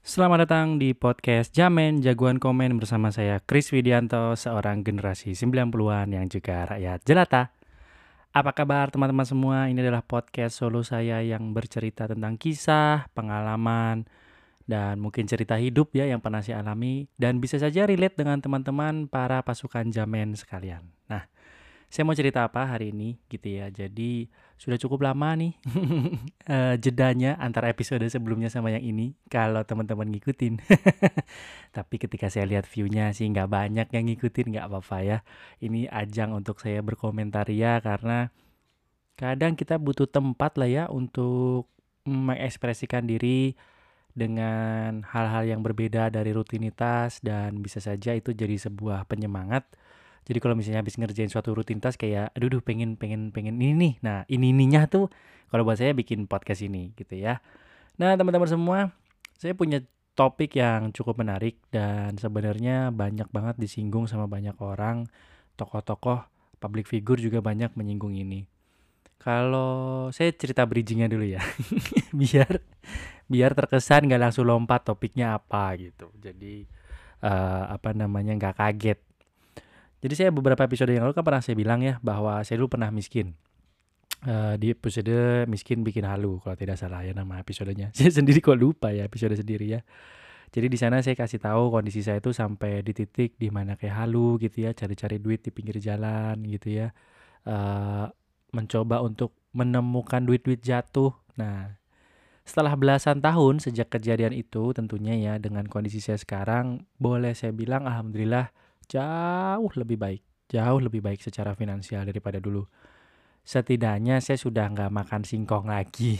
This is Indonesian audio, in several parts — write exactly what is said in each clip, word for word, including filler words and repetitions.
Selamat datang di podcast Jamen Jagoan Komen bersama saya Kris Widianto, seorang generasi sembilan puluhan yang juga rakyat jelata. Apa kabar teman-teman semua? Ini adalah podcast solo saya yang bercerita tentang kisah, pengalaman, dan mungkin cerita hidup ya yang pernah saya alami dan bisa saja relate dengan teman-teman para pasukan Jamen sekalian. Nah, saya mau cerita apa hari ini gitu ya. Jadi sudah cukup lama nih eh, jedanya antara episode sebelumnya sama yang ini kalau teman-teman ngikutin. Tapi ketika saya lihat view-nya sih nggak banyak yang ngikutin, nggak apa-apa ya. Ini ajang untuk saya berkomentar ya karena kadang kita butuh tempat lah ya untuk mengekspresikan diri dengan hal-hal yang berbeda dari rutinitas dan bisa saja itu jadi sebuah penyemangat. Jadi kalau misalnya habis ngerjain suatu rutinitas kayak aduh duh pengen pengen pengen ini nih. Nah, ini ininya tuh kalau buat saya bikin podcast ini gitu ya. Nah, teman-teman semua, saya punya topik yang cukup menarik dan sebenarnya banyak banget disinggung sama banyak orang, tokoh-tokoh, public figure juga banyak menyinggung ini. Kalau saya cerita bridgingnya dulu ya, biar biar terkesan nggak langsung lompat topiknya apa gitu. Jadi eh, apa namanya nggak kaget. Jadi saya beberapa episode yang lalu kan pernah saya bilang ya bahwa saya dulu pernah miskin. Eh, di episode miskin bikin halu kalau tidak salah ya nama episodenya. Saya sendiri kok lupa ya episode sendiri ya. Jadi di sana saya kasih tahu kondisi saya itu sampai di titik di mana kayak halu gitu ya, cari-cari duit di pinggir jalan gitu ya. Eh, mencoba untuk menemukan duit-duit jatuh. Nah, setelah belasan tahun sejak kejadian itu tentunya ya dengan kondisi saya sekarang boleh saya bilang alhamdulillah jauh lebih baik. Jauh lebih baik secara finansial daripada dulu. Setidaknya saya sudah nggak makan singkong lagi.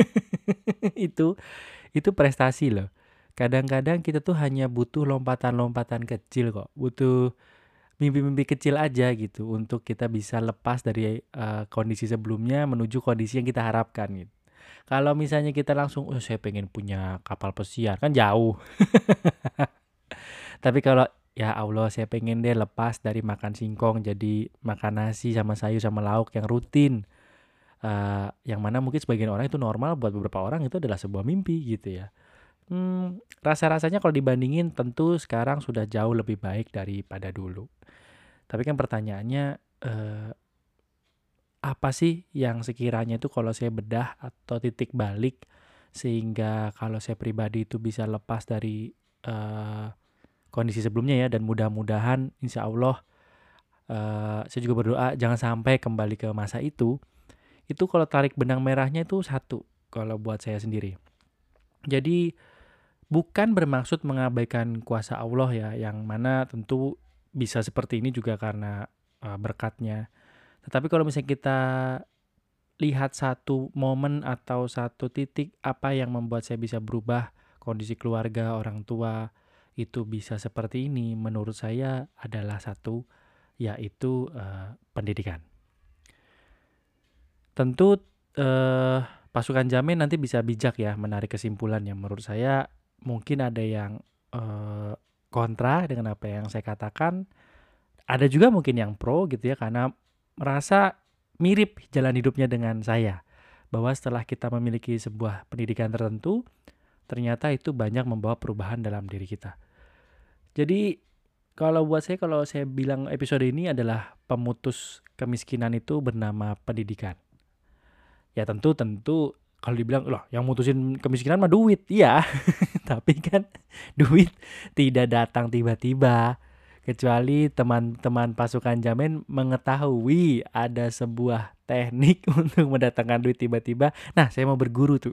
itu itu prestasi loh. Kadang-kadang kita tuh hanya butuh lompatan-lompatan kecil kok. Butuh mimpi-mimpi kecil aja gitu untuk kita bisa lepas dari eh, kondisi sebelumnya menuju kondisi yang kita harapkan gitu. Kalau misalnya kita langsung, oh saya pengen punya kapal pesiar, kan jauh. Tapi kalau ya Allah saya pengen deh lepas dari makan singkong jadi makan nasi sama sayur sama lauk yang rutin. Eh, yang mana mungkin sebagian orang itu normal, buat beberapa orang itu adalah sebuah mimpi gitu ya. Hmm, rasa-rasanya kalau dibandingin tentu sekarang sudah jauh lebih baik daripada dulu. Tapi kan pertanyaannya, eh, apa sih yang sekiranya itu kalau saya bedah atau titik balik sehingga kalau saya pribadi itu bisa lepas dari eh, kondisi sebelumnya ya dan mudah-mudahan insya Allah eh, saya juga berdoa jangan sampai kembali ke masa itu. Itu kalau tarik benang merahnya itu satu kalau buat saya sendiri. Jadi bukan bermaksud mengabaikan kuasa Allah ya, yang mana tentu bisa seperti ini juga karena uh, berkatnya. Tetapi kalau misalnya kita lihat satu momen atau satu titik apa yang membuat saya bisa berubah kondisi keluarga, orang tua itu bisa seperti ini, menurut saya adalah satu yaitu uh, pendidikan. Tentu uh, pasukan Jamin nanti bisa bijak ya menarik kesimpulan yang menurut saya mungkin ada yang uh, kontra dengan apa yang saya katakan, ada juga mungkin yang pro gitu ya karena merasa mirip jalan hidupnya dengan saya. Bahwa setelah kita memiliki sebuah pendidikan tertentu, ternyata itu banyak membawa perubahan dalam diri kita. Jadi kalau buat saya, kalau saya bilang episode ini adalah pemutus kemiskinan itu bernama pendidikan. Ya tentu tentu kalau dibilang loh yang mutusin kemiskinan mah duit, iya. Tapi kan duit tidak datang tiba-tiba. Kecuali teman-teman pasukan Jamin mengetahui ada sebuah teknik untuk mendatangkan duit tiba-tiba. Nah, saya mau berguru tuh.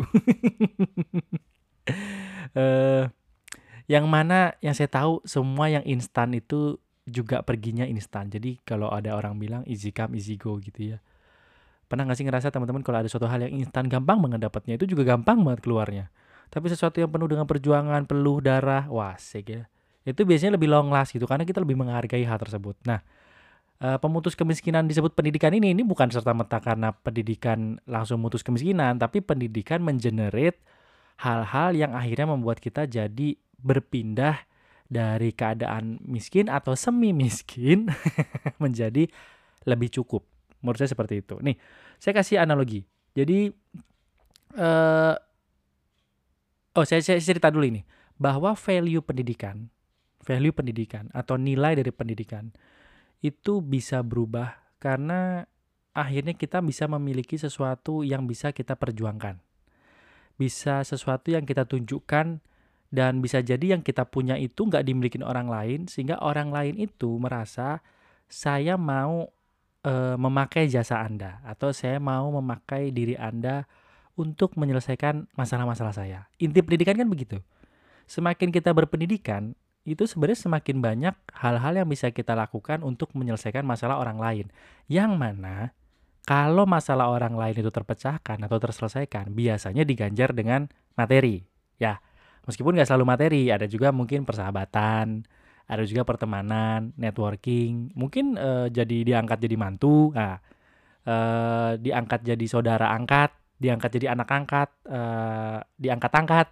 eh yang mana yang saya tahu semua yang instan itu juga perginya instan. Jadi kalau ada orang bilang easy come easy go gitu ya. Pernah nggak sih ngerasa teman-teman kalau ada suatu hal yang instan gampang banget dapatnya, itu juga gampang banget keluarnya. Tapi sesuatu yang penuh dengan perjuangan, peluh darah, wah asik ya. Itu biasanya lebih long last gitu karena kita lebih menghargai hal tersebut. Nah, eh, pemutus kemiskinan disebut pendidikan ini ini bukan serta-merta karena pendidikan langsung mutus kemiskinan, tapi pendidikan mengenerate hal-hal yang akhirnya membuat kita jadi berpindah dari keadaan miskin atau semi miskin menjadi lebih cukup. Menurut saya seperti itu. Nih, saya kasih analogi. Jadi, eh oh saya, saya cerita dulu ini. bahwa value pendidikan, value pendidikan atau nilai dari pendidikan itu bisa berubah karena akhirnya kita bisa memiliki sesuatu yang bisa kita perjuangkan. Bisa sesuatu yang kita tunjukkan dan bisa jadi yang kita punya itu nggak dimiliki orang lain sehingga orang lain itu merasa saya mau e, memakai jasa Anda atau saya mau memakai diri Anda untuk menyelesaikan masalah-masalah saya. Inti pendidikan kan begitu. Semakin kita berpendidikan, itu sebenarnya semakin banyak hal-hal yang bisa kita lakukan untuk menyelesaikan masalah orang lain. Yang mana kalau masalah orang lain itu terpecahkan atau terselesaikan, biasanya diganjar dengan materi. Ya, meskipun nggak selalu materi, ada juga mungkin persahabatan, ada juga pertemanan, networking, mungkin eh, jadi diangkat jadi mantu, nah, eh, diangkat jadi saudara angkat, diangkat jadi anak angkat, eh, diangkat-angkat.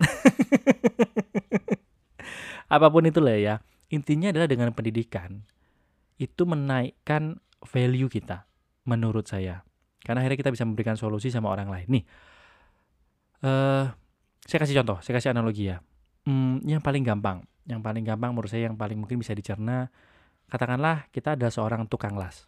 Apapun itulah ya. Intinya adalah dengan pendidikan itu menaikkan value kita menurut saya. Karena akhirnya kita bisa memberikan solusi sama orang lain. Nih, eh, saya kasih contoh, saya kasih analogi ya. Hmm, yang paling gampang, yang paling gampang menurut saya yang paling mungkin bisa dicerna, katakanlah kita ada seorang tukang las.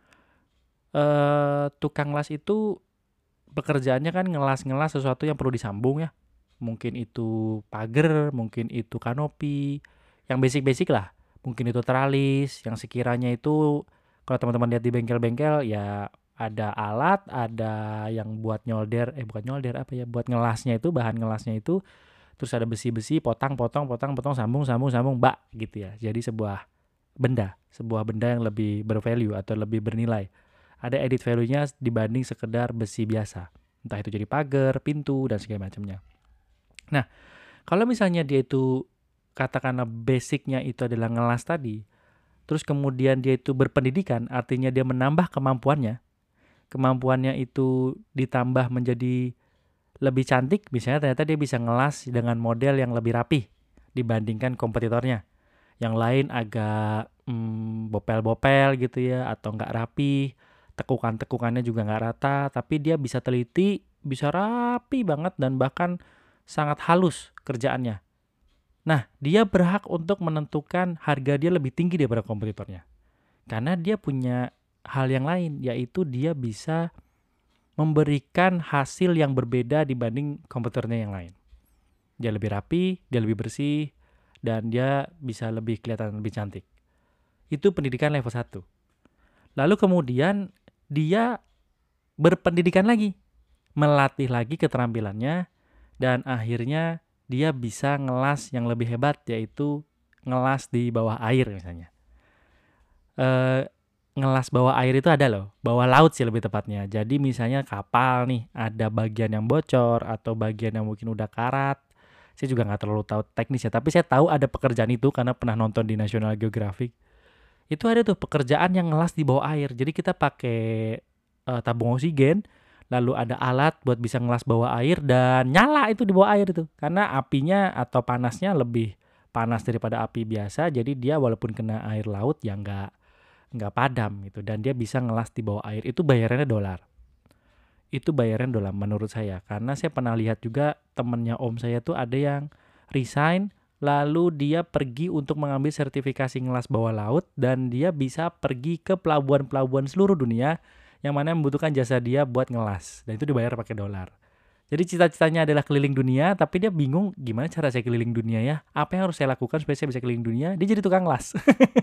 Eh, tukang las itu pekerjaannya kan ngelas-ngelas sesuatu yang perlu disambung ya. Mungkin itu pagar, mungkin itu kanopi, yang basic-basic lah. Mungkin itu teralis, yang sekiranya itu kalau teman-teman lihat di bengkel-bengkel ya ada alat, ada yang buat nyolder, eh bukan nyolder apa ya, buat ngelasnya itu, bahan ngelasnya itu, terus ada besi-besi, potang, potong, potong, potong, sambung, sambung, sambung, bak gitu ya. Jadi sebuah benda, sebuah benda yang lebih bervalue atau lebih bernilai. Ada edit value-nya dibanding sekedar besi biasa. Entah itu jadi pagar, pintu, dan segala macamnya. Nah, kalau misalnya dia itu katakanlah basicnya itu adalah ngelas tadi, terus kemudian dia itu berpendidikan, artinya dia menambah kemampuannya, kemampuannya itu ditambah menjadi lebih cantik, misalnya ternyata dia bisa ngelas dengan model yang lebih rapih dibandingkan kompetitornya. Yang lain agak hmm, bopel-bopel gitu ya, atau nggak rapi, tekukan-tekukannya juga nggak rata, tapi dia bisa teliti, bisa rapi banget dan bahkan sangat halus kerjaannya. Nah, dia berhak untuk menentukan harga dia lebih tinggi daripada kompetitornya. Karena dia punya hal yang lain, yaitu dia bisa memberikan hasil yang berbeda dibanding kompetitornya yang lain. Dia lebih rapi, dia lebih bersih, dan dia bisa lebih kelihatan lebih cantik. Itu pendidikan level satu. Lalu kemudian dia berpendidikan lagi, melatih lagi keterampilannya, dan akhirnya dia bisa ngelas yang lebih hebat, yaitu ngelas di bawah air misalnya. E, ngelas bawah air itu ada loh, bawah laut sih lebih tepatnya. Jadi misalnya kapal nih, ada bagian yang bocor atau bagian yang mungkin udah karat. Saya juga nggak terlalu tahu teknisnya, tapi saya tahu ada pekerjaan itu karena pernah nonton di National Geographic. Itu ada tuh pekerjaan yang ngelas di bawah air. Jadi kita pakai e, tabung oksigen, lalu ada alat buat bisa ngelas bawah air dan nyala itu di bawah air itu. Karena apinya atau panasnya lebih panas daripada api biasa, jadi dia walaupun kena air laut ya nggak nggak padam gitu. Dan dia bisa ngelas di bawah air. Itu bayarannya dolar. Itu bayarannya dolar menurut saya. Karena saya pernah lihat juga temennya om saya tuh ada yang resign, lalu dia pergi untuk mengambil sertifikasi ngelas bawah laut dan dia bisa pergi ke pelabuhan-pelabuhan seluruh dunia yang mana membutuhkan jasa dia buat ngelas, dan itu dibayar pakai dolar. Jadi cita-citanya adalah keliling dunia, tapi dia bingung gimana cara saya keliling dunia ya, apa yang harus saya lakukan supaya saya bisa keliling dunia. Dia jadi tukang las.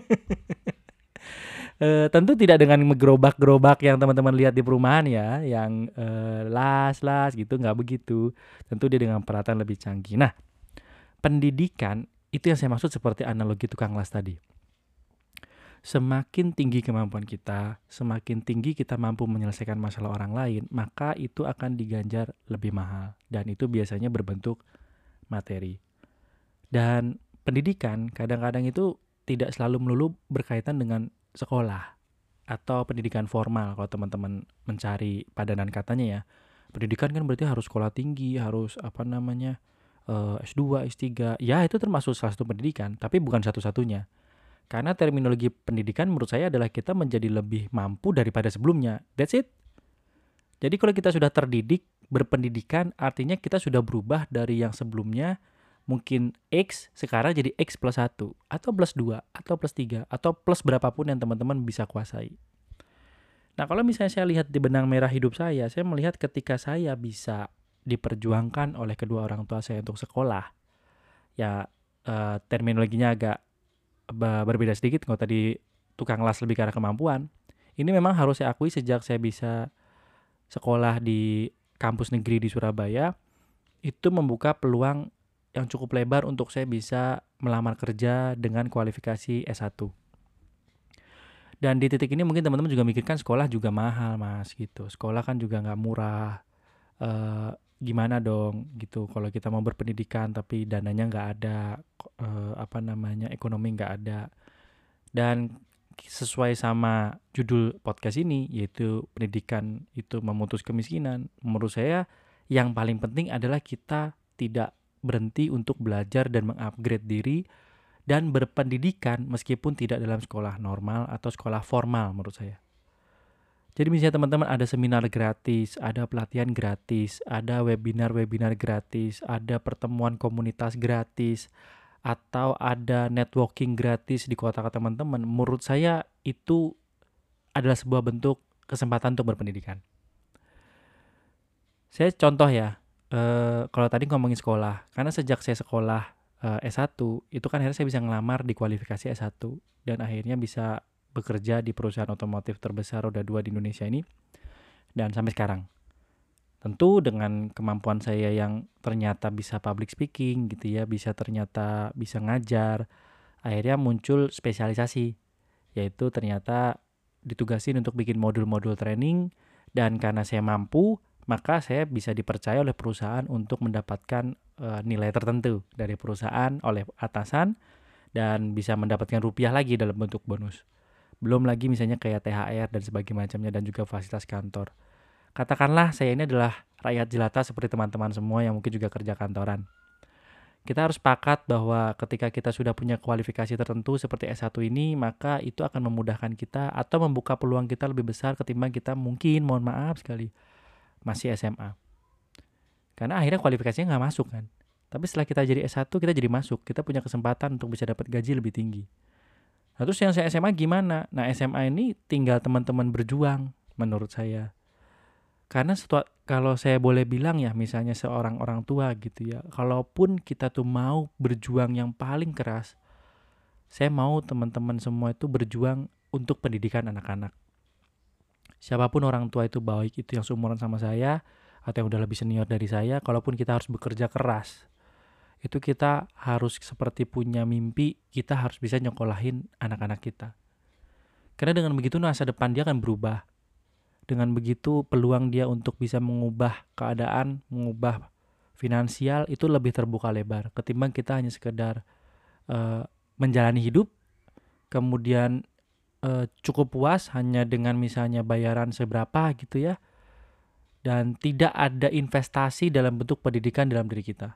e, tentu tidak dengan gerobak-gerobak yang teman-teman lihat di perumahan ya, yang e, las-las gitu, nggak begitu. Tentu dia dengan peralatan lebih canggih. Nah, pendidikan itu yang saya maksud seperti analogi tukang las tadi. Semakin tinggi kemampuan kita, semakin tinggi kita mampu menyelesaikan masalah orang lain, maka itu akan diganjar lebih mahal. Dan itu biasanya berbentuk materi. Dan pendidikan kadang-kadang itu tidak selalu melulu berkaitan dengan sekolah atau pendidikan formal. Kalau teman-teman mencari padanan katanya ya, pendidikan kan berarti harus sekolah tinggi, harus apa namanya uh, S dua, S tiga. Ya itu termasuk salah satu pendidikan, tapi bukan satu-satunya. Karena terminologi pendidikan menurut saya adalah kita menjadi lebih mampu daripada sebelumnya. That's it. Jadi kalau kita sudah terdidik, berpendidikan, artinya kita sudah berubah dari yang sebelumnya Mungkin X sekarang jadi X plus satu, atau plus dua, atau plus tiga, atau plus berapapun yang teman-teman bisa kuasai. Nah, kalau misalnya saya lihat di benang merah hidup saya, saya melihat ketika saya bisa diperjuangkan oleh kedua orang tua saya untuk sekolah, ya eh, terminologinya agak be- berbeda sedikit. Kalau tadi tukang las lebih ke arah kemampuan, ini memang harus saya akui sejak saya bisa sekolah di kampus negeri di Surabaya, itu membuka peluang yang cukup lebar untuk saya bisa melamar kerja dengan kualifikasi S satu. Dan di titik ini mungkin teman-teman juga mikirkan sekolah juga mahal mas gitu. Sekolah kan juga nggak murah. Eh, gimana dong gitu kalau kita mau berpendidikan tapi dananya nggak ada, eh, apa namanya ekonomi nggak ada. Dan sesuai sama judul podcast ini yaitu pendidikan itu memutus kemiskinan. Menurut saya yang paling penting adalah kita tidak berhenti untuk belajar dan mengupgrade diri dan berpendidikan meskipun tidak dalam sekolah normal atau sekolah formal menurut saya. Jadi misalnya teman-teman ada seminar gratis, ada pelatihan gratis, ada webinar-webinar gratis, ada pertemuan komunitas gratis, atau ada networking gratis di kota teman-teman, menurut saya itu adalah sebuah bentuk kesempatan untuk berpendidikan. Saya contoh ya, eh, kalau tadi ngomongin sekolah, karena sejak saya sekolah eh, S satu, itu kan akhirnya saya bisa ngelamar di kualifikasi S satu, dan akhirnya bisa bekerja di perusahaan otomotif terbesar roda dua di Indonesia ini, dan sampai sekarang. Tentu dengan kemampuan saya yang ternyata bisa public speaking gitu ya, bisa ternyata bisa ngajar, akhirnya muncul spesialisasi, yaitu ternyata ditugasin untuk bikin modul-modul training, dan karena saya mampu, maka saya bisa dipercaya oleh perusahaan untuk mendapatkan uh, nilai tertentu dari perusahaan oleh atasan, dan bisa mendapatkan rupiah lagi dalam bentuk bonus. Belum lagi misalnya kayak T H R dan sebagainya macamnya, dan juga fasilitas kantor. Katakanlah saya ini adalah rakyat jelata seperti teman-teman semua yang mungkin juga kerja kantoran. Kita harus sepakat bahwa ketika kita sudah punya kualifikasi tertentu seperti S satu ini, maka itu akan memudahkan kita atau membuka peluang kita lebih besar ketimbang kita mungkin, mohon maaf sekali, masih S M A. Karena akhirnya kualifikasinya nggak masuk kan. Tapi setelah kita jadi S satu, kita jadi masuk. Kita punya kesempatan untuk bisa dapat gaji lebih tinggi. Nah, terus yang saya S M A gimana? Nah, S M A ini tinggal teman-teman berjuang menurut saya. Karena setua, kalau saya boleh bilang ya, misalnya seorang orang tua gitu ya, kalaupun kita tuh mau berjuang yang paling keras, saya mau teman-teman semua itu berjuang untuk pendidikan anak-anak. Siapapun orang tua itu, baik itu yang seumuran sama saya atau yang udah lebih senior dari saya, kalaupun kita harus bekerja keras, itu kita harus seperti punya mimpi, kita harus bisa nyekolahin anak-anak kita. Karena dengan begitu masa depan dia akan berubah. Dengan begitu peluang dia untuk bisa mengubah keadaan, mengubah finansial itu lebih terbuka lebar ketimbang kita hanya sekedar uh, menjalani hidup, kemudian uh, cukup puas hanya dengan misalnya bayaran seberapa gitu ya, dan tidak ada investasi dalam bentuk pendidikan dalam diri kita.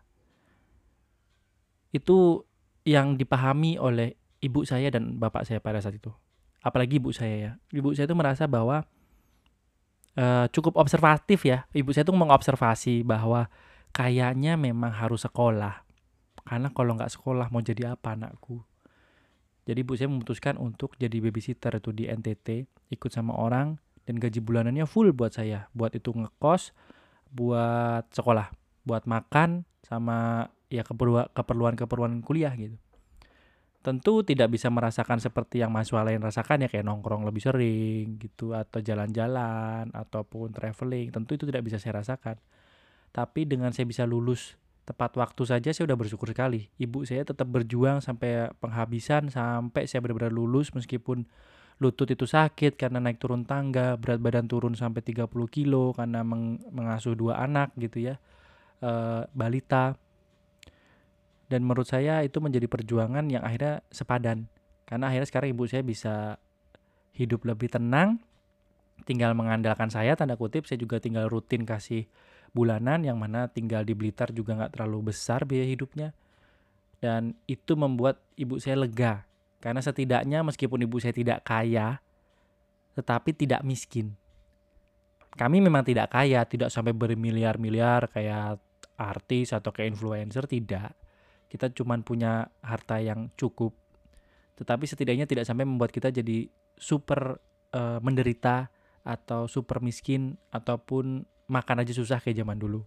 Itu yang dipahami oleh ibu saya dan bapak saya pada saat itu. Apalagi ibu saya ya. Ibu saya itu merasa bahwa Uh, cukup observatif ya. Ibu saya tuh mengobservasi bahwa kayaknya memang harus sekolah. Karena kalau nggak sekolah mau jadi apa anakku. Jadi ibu saya memutuskan untuk jadi babysitter itu di N T T, ikut sama orang, dan gaji bulanannya full buat saya. Buat itu ngekos, buat sekolah, buat makan, sama ya keperluan-keperluan kuliah gitu. Tentu tidak bisa merasakan seperti yang mahasiswa lain rasakan ya, kayak nongkrong lebih sering gitu, atau jalan-jalan, ataupun traveling. Tentu itu tidak bisa saya rasakan. Tapi dengan saya bisa lulus tepat waktu saja, saya udah bersyukur sekali. Ibu saya tetap berjuang sampai penghabisan, sampai saya benar-benar lulus meskipun lutut itu sakit karena naik turun tangga, berat badan turun sampai tiga puluh kilo karena meng- mengasuh dua anak gitu ya, e, balita. Dan menurut saya itu menjadi perjuangan yang akhirnya sepadan. Karena akhirnya sekarang ibu saya bisa hidup lebih tenang, tinggal mengandalkan saya, tanda kutip, saya juga tinggal rutin kasih bulanan, yang mana tinggal di Blitar juga gak terlalu besar biaya hidupnya. Dan itu membuat ibu saya lega. Karena setidaknya meskipun ibu saya tidak kaya, tetapi tidak miskin. Kami memang tidak kaya, tidak sampai bermiliar-miliar kayak artis atau kayak influencer, tidak. kita cuman punya harta yang cukup, tetapi setidaknya tidak sampai membuat kita jadi super uh, menderita atau super miskin ataupun makan aja susah kayak zaman dulu.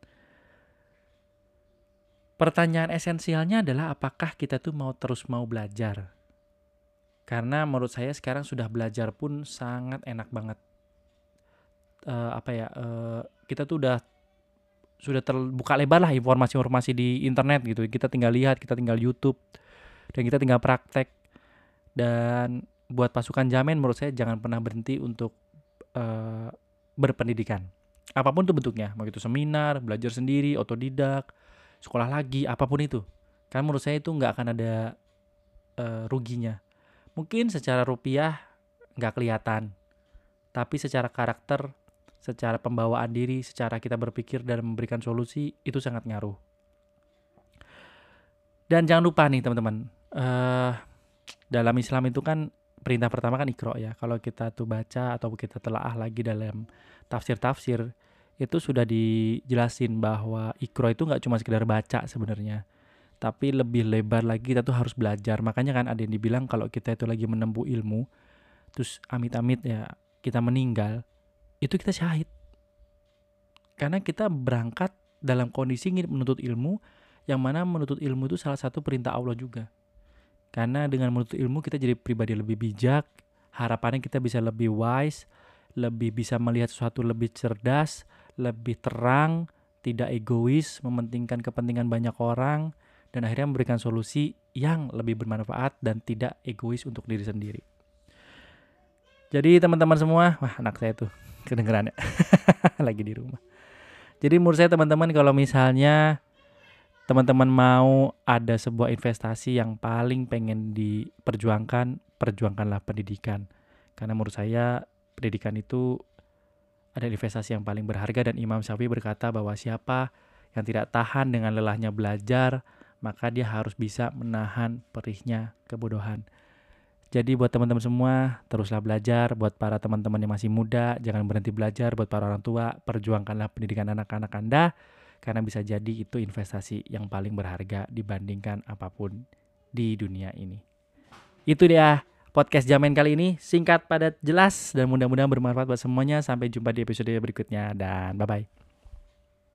Pertanyaan esensialnya adalah apakah kita tuh mau terus mau belajar? Karena menurut saya sekarang sudah belajar pun sangat enak banget. Uh, apa ya? Uh, kita tuh udah sudah terbuka lebar lah informasi-informasi di internet gitu. Kita tinggal lihat, kita tinggal YouTube, dan kita tinggal praktek. Dan buat pasukan Jamen menurut saya jangan pernah berhenti untuk uh, berpendidikan. Apapun tuh bentuknya, mau itu seminar, belajar sendiri, otodidak, sekolah lagi, apapun itu. Karena menurut saya itu nggak akan ada uh, ruginya. Mungkin secara rupiah nggak kelihatan, tapi secara karakter, secara pembawaan diri, secara kita berpikir dan memberikan solusi, itu sangat ngaruh. Dan jangan lupa nih teman-teman, uh, dalam Islam itu kan perintah pertama kan Iqra ya. Kalau kita tuh baca atau kita telaah lagi dalam tafsir-tafsir, itu sudah dijelasin bahwa Iqra itu nggak cuma sekedar baca sebenarnya, tapi lebih lebar lagi kita tuh harus belajar. Makanya kan ada yang dibilang kalau kita itu lagi menempuh ilmu, terus amit-amit ya kita meninggal, itu kita syahid. Karena kita berangkat dalam kondisi ingin menuntut ilmu, yang mana menuntut ilmu itu salah satu perintah Allah juga. Karena dengan menuntut ilmu kita jadi pribadi lebih bijak, harapannya kita bisa lebih wise, lebih bisa melihat sesuatu lebih cerdas, lebih terang, tidak egois, mementingkan kepentingan banyak orang, dan akhirnya memberikan solusi yang lebih bermanfaat dan tidak egois untuk diri sendiri. Jadi teman-teman semua, wah anak saya tuh kedengeran ya, lagi di rumah. Jadi menurut saya teman-teman kalau misalnya teman-teman mau ada sebuah investasi yang paling pengen diperjuangkan, perjuangkanlah pendidikan. Karena menurut saya pendidikan itu ada investasi yang paling berharga, dan Imam Syafi'i berkata bahwa siapa yang tidak tahan dengan lelahnya belajar, maka dia harus bisa menahan perihnya kebodohan. Jadi buat teman-teman semua, teruslah belajar. Buat para teman-teman yang masih muda, jangan berhenti belajar. Buat para orang tua, perjuangkanlah pendidikan anak-anak Anda, karena bisa jadi itu investasi yang paling berharga dibandingkan apapun di dunia ini. Itu dia podcast Jamen kali ini, singkat, padat, jelas, dan mudah-mudahan bermanfaat buat semuanya. Sampai jumpa di episode berikutnya, dan bye-bye.